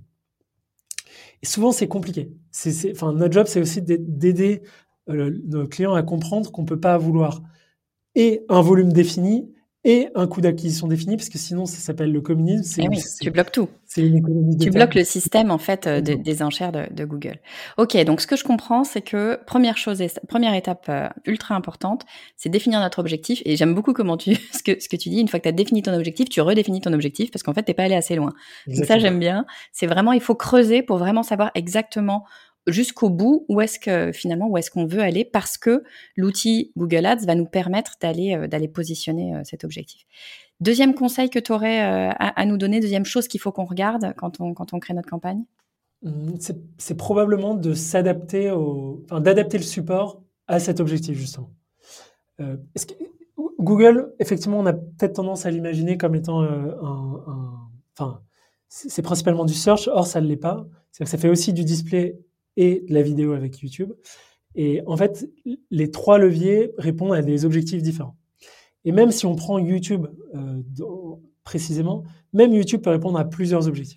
Et souvent, c'est compliqué. C'est, c'est, enfin, notre job, c'est aussi d'aider euh, nos clients à comprendre qu'on ne peut pas vouloir et un volume défini et un coût d'acquisition défini, parce que sinon, ça s'appelle le communisme. C'est, Eh oui, c'est, tu bloques tout. c'est une économie de Tu terme. bloques le système en fait de, des enchères de, de Google. Ok, donc ce que je comprends, c'est que première chose, première étape euh, ultra importante, c'est définir notre objectif. Et j'aime beaucoup comment tu ce que ce que tu dis. Une fois que tu as défini ton objectif, tu redéfinis ton objectif parce qu'en fait t'es pas allé assez loin. Exactement. Donc ça j'aime bien. C'est vraiment il faut creuser pour vraiment savoir exactement jusqu'au bout où est-ce que finalement où est-ce qu'on veut aller parce que l'outil Google Ads va nous permettre d'aller euh, d'aller positionner euh, cet objectif. Deuxième conseil que tu aurais euh, à, à nous donner, deuxième chose qu'il faut qu'on regarde quand on, quand on crée notre campagne? C'est, c'est probablement de s'adapter au, enfin, d'adapter le support à cet objectif, justement. Euh, est-ce que, Google, effectivement, on a peut-être tendance à l'imaginer comme étant euh, un, un, enfin, c'est, c'est principalement du search, or ça ne l'est pas. C'est-à-dire que ça fait aussi du display et de la vidéo avec YouTube. Et en fait, les trois leviers répondent à des objectifs différents. Et même si on prend YouTube euh, dans, précisément, même YouTube peut répondre à plusieurs objectifs.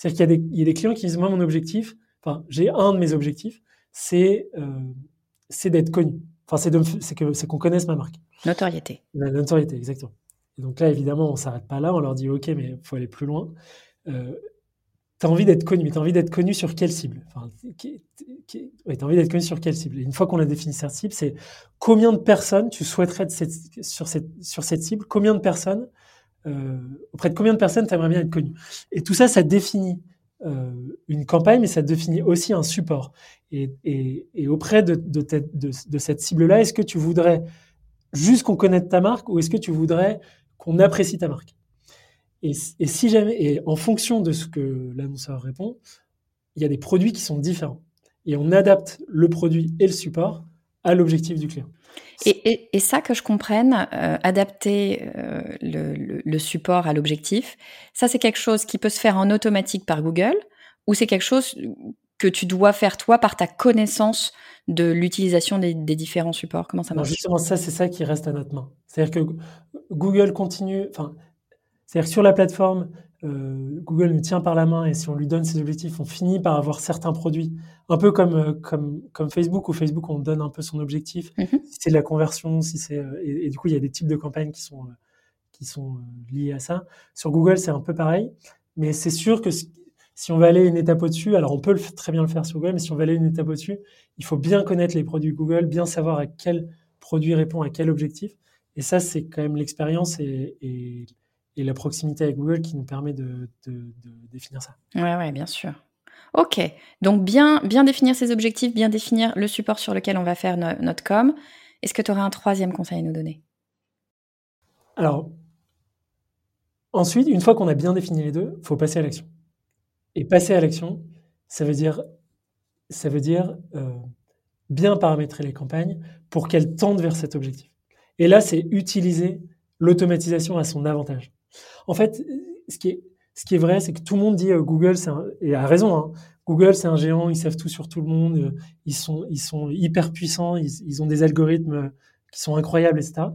C'est-à-dire qu'il y a des, il y a des clients qui disent, moi, mon objectif, enfin, j'ai un de mes objectifs, c'est, euh, c'est d'être connu. Enfin, c'est, de, me f- c'est, que, c'est qu'on connaisse ma marque. Notoriété. La notoriété, exactement. Et donc là, évidemment, on ne s'arrête pas là, on leur dit, OK, mais il faut aller plus loin. Euh, tu as envie d'être connu, mais tu as envie d'être connu sur quelle cible? Enfin, qui- qui- ouais, tu as envie d'être connu sur quelle cible? Et une fois qu'on a défini cette cible, c'est combien de personnes tu souhaiterais de cette, sur, cette, sur cette cible, combien de personnes, euh, auprès de combien de personnes tu aimerais bien être connu? Et tout ça, ça définit euh, une campagne, mais ça définit aussi un support. Et, et, et auprès de, de, te- de, de cette cible-là, est-ce que tu voudrais juste qu'on connaisse ta marque ou est-ce que tu voudrais qu'on apprécie ta marque? Et, et si jamais, et en fonction de ce que l'annonceur répond, il y a des produits qui sont différents. Et on adapte le produit et le support à l'objectif du client. Et, et, et ça, que je comprenne, euh, adapter euh, le, le, le support à l'objectif, ça c'est quelque chose qui peut se faire en automatique par Google ou c'est quelque chose que tu dois faire toi par ta connaissance de l'utilisation des, des différents supports? Comment ça Non, marche? justement, ça, c'est ça qui reste à notre main. C'est-à-dire que Google continue, enfin, c'est-à-dire que sur la plateforme, euh, Google nous tient par la main et si on lui donne ses objectifs, on finit par avoir certains produits, un peu comme, euh, comme, comme Facebook, où Facebook, on donne un peu son objectif, Mhm. si c'est de la conversion, si c'est, euh, et, et du coup, il y a des types de campagnes qui sont, euh, qui sont euh, liées à ça. Sur Google, c'est un peu pareil, mais c'est sûr que si, si on va aller une étape au-dessus, alors on peut le, f- très bien le faire sur Google, mais si on va aller une étape au-dessus, il faut bien connaître les produits Google, bien savoir à quel produit répond à quel objectif. Et ça, c'est quand même l'expérience et, et, et la proximité avec Google qui nous permet de, de, de définir ça. Ouais, ouais, bien sûr. Ok, donc bien, bien définir ses objectifs, bien définir le support sur lequel on va faire no- notre com. Est-ce que tu aurais un troisième conseil à nous donner? Alors, ensuite, une fois qu'on a bien défini les deux, il faut passer à l'action. Et passer à l'action, ça veut dire, ça veut dire euh, bien paramétrer les campagnes pour qu'elles tendent vers cet objectif. Et là, c'est utiliser l'automatisation à son avantage. En fait, ce qui est, ce qui est vrai, c'est que tout le monde dit euh, Google, c'est un, et a raison, hein, Google, c'est un géant, ils savent tout sur tout le monde, euh, ils, sont, ils sont hyper puissants, ils, ils ont des algorithmes euh, qui sont incroyables, et cetera.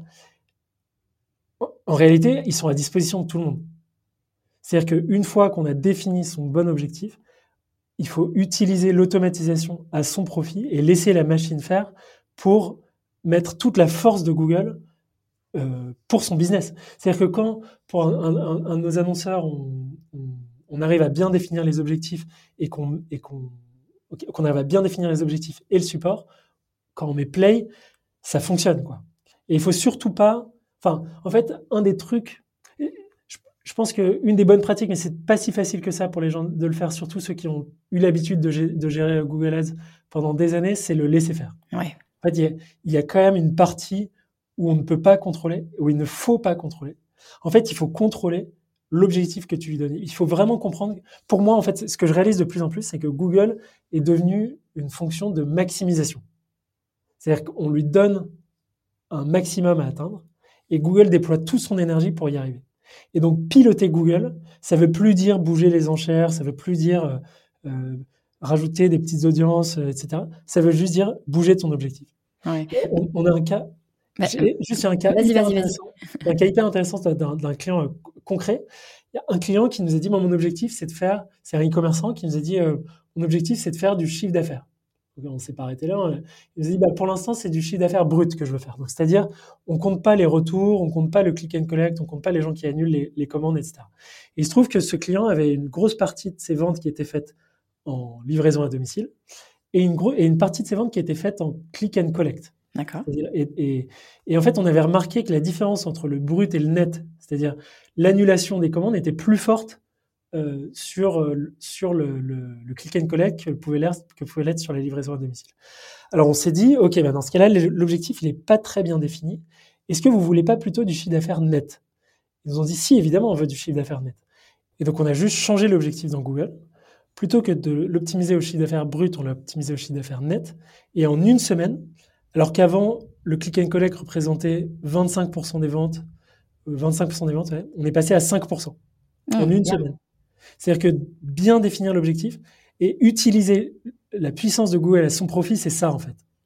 En réalité, ils sont à disposition de tout le monde. C'est-à-dire qu'une fois qu'on a défini son bon objectif, il faut utiliser l'automatisation à son profit et laisser la machine faire pour mettre toute la force de Google euh, pour son business. C'est-à-dire que quand, pour un, un- un de nos annonceurs, on, on- on arrive à bien définir les objectifs et qu'on et qu'on qu'on arrive à bien définir les objectifs et le support, quand on met play, ça fonctionne, quoi. Et il faut surtout pas... Enfin, en fait, un des trucs... Je, je pense qu'une des bonnes pratiques, mais c'est pas si facile que ça pour les gens de le faire, surtout ceux qui ont eu l'habitude de, gé- de gérer Google Ads pendant des années, c'est le laisser faire. Ouais. En fait, il y, a, il y a quand même une partie où on ne peut pas contrôler, où il ne faut pas contrôler. En fait, il faut contrôler l'objectif que tu lui donnes. Il faut vraiment comprendre. Pour moi, en fait, ce que je réalise de plus en plus, c'est que Google est devenu une fonction de maximisation. C'est-à-dire qu'on lui donne un maximum à atteindre et Google déploie toute son énergie pour y arriver. Et donc, piloter Google, ça veut plus dire bouger les enchères, ça veut plus dire euh, euh, rajouter des petites audiences, euh, et cetera. Ça veut juste dire bouger ton objectif. Ouais. On, on a un cas, Bah, j'ai- juste un cas vas-y, hyper vas-y, vas-y. intéressant, un cas hyper intéressant d'un, d'un client euh, concret. Il y a un client qui nous a dit, moi, mon objectif, c'est de faire, c'est un e-commerçant qui nous a dit, euh, mon objectif, c'est de faire du chiffre d'affaires. Donc, on s'est pas arrêté là. hein. Il nous a dit, bah, pour l'instant, c'est du chiffre d'affaires brut que je veux faire. Donc, c'est-à-dire, on compte pas les retours, on compte pas le click and collect, on compte pas les gens qui annulent les, les commandes, et cetera. Et il se trouve que ce client avait une grosse partie de ses ventes qui étaient faites en livraison à domicile et une, gros, et une partie de ses ventes qui était faite en click and collect. D'accord. C'est-à-dire- Et, et- et en fait, on avait remarqué que la différence entre le brut et le net, c'est-à-dire l'annulation des commandes, était plus forte euh, sur, euh, sur le, le- le click and collect que pouvait l'être, que pouvait l'être sur la livraison à domicile. Alors on s'est dit, ok, ben dans ce cas-là, l'objectif il n'est pas très bien défini. Est-ce que vous voulez pas plutôt du chiffre d'affaires net? Ils nous ont dit, si, évidemment, on veut du chiffre d'affaires net. Et donc on a juste changé l'objectif dans Google. Plutôt que de l'optimiser au chiffre d'affaires brut, on l'a optimisé au chiffre d'affaires net. Et en une semaine, alors qu'avant, le click and collect représentait vingt-cinq pour cent des ventes, euh, vingt-cinq pour cent des ventes, ouais, on est passé à cinq pour cent en Mmh, une bien. semaine. C'est-à-dire que bien définir l'objectif et utiliser la puissance de Google à son profit, c'est ça en fait.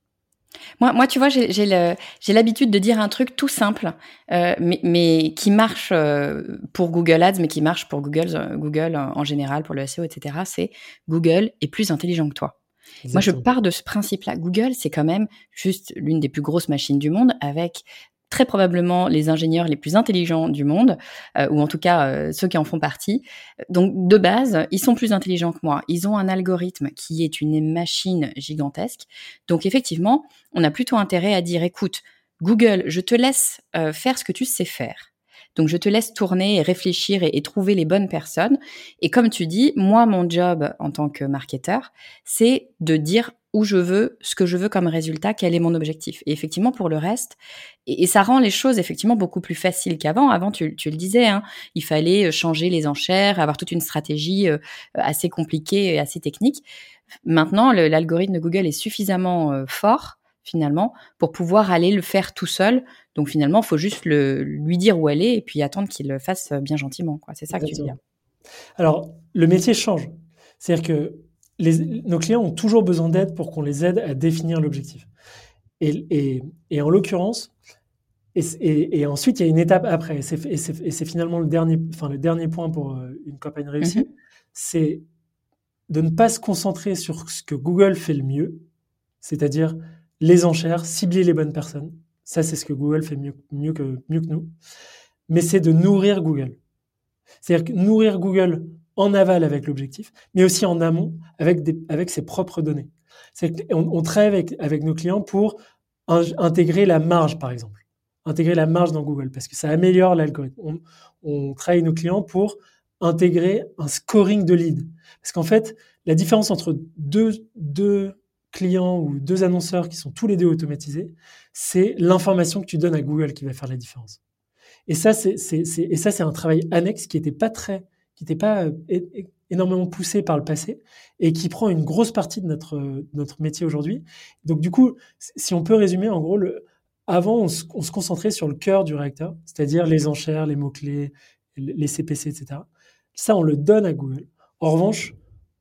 Moi, moi, tu vois, j'ai, j'ai, le, j'ai l'habitude de dire un truc tout simple, euh, mais, mais qui marche euh, pour Google Ads, mais qui marche pour Google, euh, Google euh, en général, pour le S E O, et cetera. C'est Google est plus intelligent que toi. Moi, je Exactement. pars de ce principe-là. Google, c'est quand même juste l'une des plus grosses machines du monde, avec très probablement les ingénieurs les plus intelligents du monde, euh, ou en tout cas euh, ceux qui en font partie. Donc, de base, ils sont plus intelligents que moi. Ils ont un algorithme qui est une machine gigantesque. Donc, effectivement, on a plutôt intérêt à dire, écoute, Google, je te laisse euh, faire ce que tu sais faire. Donc, je te laisse tourner et réfléchir et, et trouver les bonnes personnes. Et comme tu dis, moi, mon job en tant que marketeur, c'est de dire où je veux, ce que je veux comme résultat, quel est mon objectif. Et effectivement, pour le reste, et, et ça rend les choses effectivement beaucoup plus faciles qu'avant. Avant, tu, tu le disais, hein, il fallait changer les enchères, avoir toute une stratégie euh, assez compliquée et assez technique. Maintenant, le, l'algorithme de Google est suffisamment euh, fort finalement, pour pouvoir aller le faire tout seul. Donc finalement, il faut juste le, lui dire où aller et puis attendre qu'il le fasse bien gentiment, quoi. C'est ça Exactement. que tu dis. Alors, le métier change. C'est-à-dire que les, nos clients ont toujours besoin d'aide pour qu'on les aide à définir l'objectif. Et, et, et en l'occurrence, et, et, et ensuite, il y a une étape après. Et c'est, et c'est, et c'est finalement le dernier, enfin, le dernier point pour une campagne réussie, mm-hmm. c'est de ne pas se concentrer sur ce que Google fait le mieux, c'est-à-dire les enchères, cibler les bonnes personnes. Ça, c'est ce que Google fait mieux, mieux, que, mieux que nous. Mais c'est de nourrir Google. C'est-à-dire que nourrir Google en aval avec l'objectif, mais aussi en amont avec, des, avec ses propres données. C'est qu'on, on travaille avec, avec nos clients pour in, intégrer la marge, par exemple. Intégrer la marge dans Google, parce que ça améliore l'algorithme. On, on travaille avec nos clients pour intégrer un scoring de lead. Parce qu'en fait, la différence entre deux, deux clients ou deux annonceurs qui sont tous les deux automatisés, c'est l'information que tu donnes à Google qui va faire la différence. Et ça, c'est, c'est, c'est, et ça, c'est un travail annexe qui n'était pas très, qui n'était pas euh, é- énormément poussé par le passé et qui prend une grosse partie de notre, notre métier aujourd'hui. Donc, du coup, si on peut résumer, en gros, le, avant, on se, on se concentrait sur le cœur du réacteur, c'est-à-dire les enchères, les mots-clés, les C P C, et cetera. Ça, on le donne à Google. En revanche,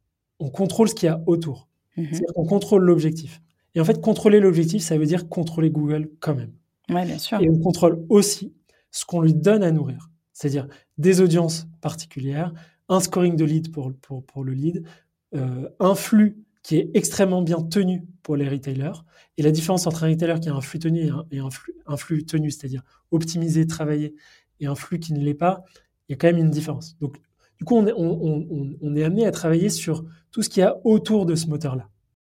on contrôle ce qu'il y a autour. Mmh. C'est-à-dire qu'on contrôle l'objectif. Et en fait, contrôler l'objectif, ça veut dire contrôler Google quand même. Ouais, bien sûr. Et on contrôle aussi ce qu'on lui donne à nourrir, c'est-à-dire des audiences particulières, un scoring de lead pour, pour, pour le lead, euh, un flux qui est extrêmement bien tenu pour les retailers. Et la différence entre un retailer qui a un flux tenu et un, et un, flux, un flux tenu, c'est-à-dire optimisé, travaillé, et un flux qui ne l'est pas, il y a quand même une différence. Donc, du coup, on est, on, on, on est amené à travailler sur tout ce qu'il y a autour de ce moteur-là.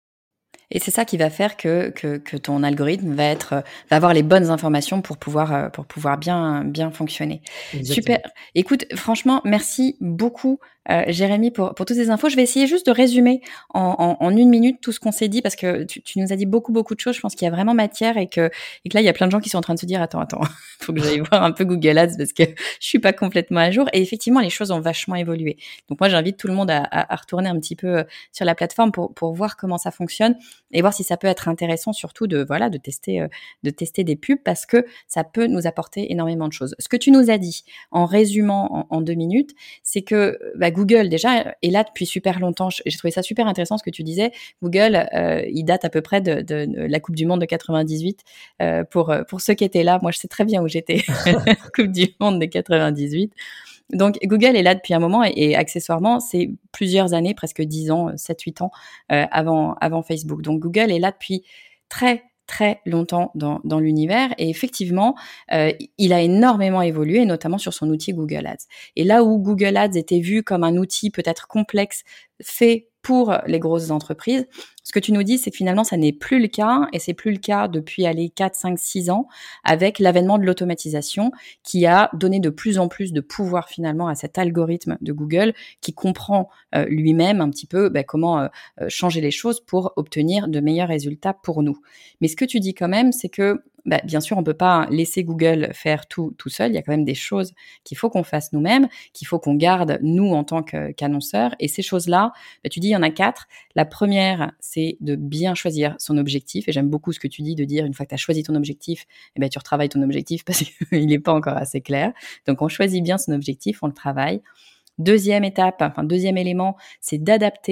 Et c'est ça qui va faire que, que, que ton algorithme va être, va avoir les bonnes informations pour pouvoir, pour pouvoir bien, bien fonctionner. Exactement. Super. Écoute, franchement, merci beaucoup, euh, Jérémy, pour, pour toutes ces infos. Je vais essayer juste de résumer en, en, en une minute tout ce qu'on s'est dit parce que tu, tu nous as dit beaucoup, beaucoup de choses. Je pense qu'il y a vraiment matière et que, et que là, il y a plein de gens qui sont en train de se dire, attends, attends, faut que j'aille voir un peu Google Ads parce que je suis pas complètement à jour. Et effectivement, les choses ont vachement évolué. Donc moi, j'invite tout le monde à, à, à retourner un petit peu sur la plateforme pour, pour voir comment ça fonctionne. Et voir si ça peut être intéressant surtout de voilà de tester euh, de tester des pubs parce que ça peut nous apporter énormément de choses. Ce que tu nous as dit en résumant en, en deux minutes, c'est que bah, Google déjà est là depuis super longtemps. J'ai trouvé ça super intéressant ce que tu disais. Google, euh, il date à peu près de, de, de la Coupe du Monde de quatre-vingt-dix-huit. Euh, pour pour ceux qui étaient là, moi je sais très bien où j'étais. Coupe du Monde de quatre-vingt-dix-huit. Donc, Google est là depuis un moment et, et accessoirement, c'est plusieurs années, presque dix ans, sept huit ans euh, avant, avant Facebook. Donc, Google est là depuis très, très longtemps dans, dans l'univers et effectivement, euh, il a énormément évolué, notamment sur son outil Google Ads. Et là où Google Ads était vu comme un outil peut-être complexe, fait pour les grosses entreprises, ce que tu nous dis, c'est que finalement, ça n'est plus le cas et c'est plus le cas depuis aller quatre, cinq, six ans avec l'avènement de l'automatisation qui a donné de plus en plus de pouvoir finalement à cet algorithme de Google qui comprend euh, lui-même un petit peu bah, comment euh, changer les choses pour obtenir de meilleurs résultats pour nous. Mais ce que tu dis quand même, c'est que bah, bien sûr, on peut pas laisser Google faire tout tout seul. Il y a quand même des choses qu'il faut qu'on fasse nous-mêmes, qu'il faut qu'on garde nous en tant que, qu'annonceurs. Et ces choses-là, bah, tu dis il y en a quatre. La première, c'est de bien choisir son objectif. Et j'aime beaucoup ce que tu dis de dire une fois que tu as choisi ton objectif, eh ben, tu retravailles ton objectif parce qu'il n'est pas encore assez clair. Donc, on choisit bien son objectif, on le travaille. Deuxième étape, enfin deuxième élément, c'est d'adapter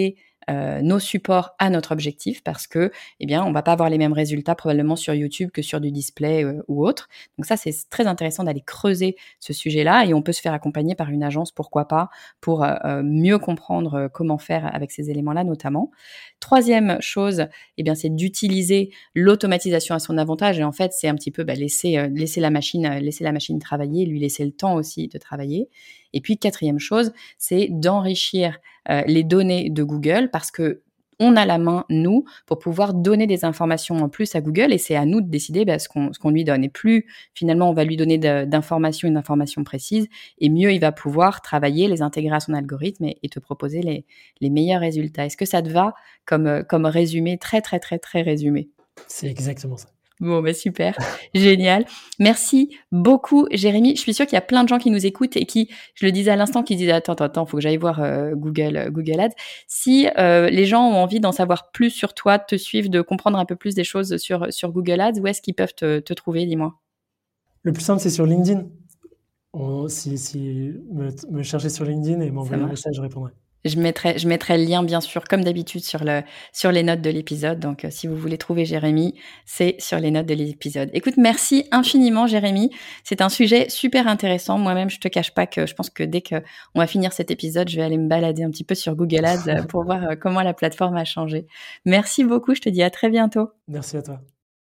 euh, nos supports à notre objectif parce que, eh bien, on va pas avoir les mêmes résultats probablement sur YouTube que sur du display euh, ou autre. Donc ça, c'est très intéressant d'aller creuser ce sujet-là et on peut se faire accompagner par une agence, pourquoi pas, pour euh, mieux comprendre euh, comment faire avec ces éléments-là notamment. Troisième chose, eh bien, c'est d'utiliser l'automatisation à son avantage et en fait, c'est un petit peu bah, laisser, euh, laisser la machine, euh, laisser la machine travailler, lui laisser le temps aussi de travailler. Et puis, quatrième chose, c'est d'enrichir euh, les données de Google parce que on a la main, nous, pour pouvoir donner des informations en plus à Google et c'est à nous de décider bah, ce, qu'on, ce qu'on lui donne. Et plus, finalement, on va lui donner de, d'informations, une information précise, et mieux il va pouvoir travailler, les intégrer à son algorithme et, et te proposer les, les meilleurs résultats. Est-ce que ça te va comme, comme résumé, très, très, très, très résumé? C'est exactement ça. Bon, bah super, génial. Merci beaucoup, Jérémy. Je suis sûre qu'il y a plein de gens qui nous écoutent et qui, je le disais à l'instant, qui disent attends, attends, attends, faut que j'aille voir euh, Google, Google Ads. Si euh, les gens ont envie d'en savoir plus sur toi, de te suivre, de comprendre un peu plus des choses sur sur Google Ads, où est-ce qu'ils peuvent te, te trouver, dis-moi? Le plus simple, c'est sur LinkedIn. On, si si me, me chercher sur LinkedIn et m'envoyer un message, je répondrai. Je mettrai, je mettrai le lien, bien sûr, comme d'habitude, sur, le, sur les notes de l'épisode. Donc, euh, si vous voulez trouver Jérémy, c'est sur les notes de l'épisode. Écoute, merci infiniment, Jérémy. C'est un sujet super intéressant. Moi-même, je te cache pas que je pense que dès qu'on va finir cet épisode, je vais aller me balader un petit peu sur Google Ads pour voir comment la plateforme a changé. Merci beaucoup. Je te dis à très bientôt. Merci à toi.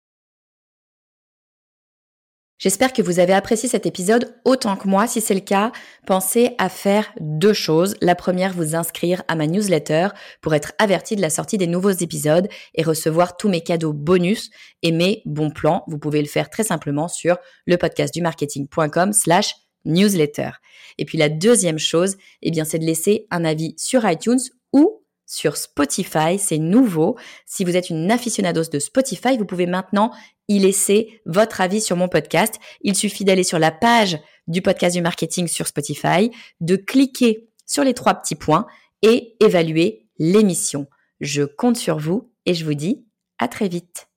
J'espère que vous avez apprécié cet épisode autant que moi. Si c'est le cas, pensez à faire deux choses. La première, vous inscrire à ma newsletter pour être averti de la sortie des nouveaux épisodes et recevoir tous mes cadeaux bonus et mes bons plans. Vous pouvez le faire très simplement sur lepodcastdumarketing.com slash newsletter. Et puis la deuxième chose, eh bien, c'est de laisser un avis sur iTunes ou sur Spotify, c'est nouveau. Si vous êtes une aficionados de Spotify, vous pouvez maintenant y laisser votre avis sur mon podcast. Il suffit d'aller sur la page du podcast du marketing sur Spotify, de cliquer sur les trois petits points et évaluer l'émission. Je compte sur vous et je vous dis à très vite.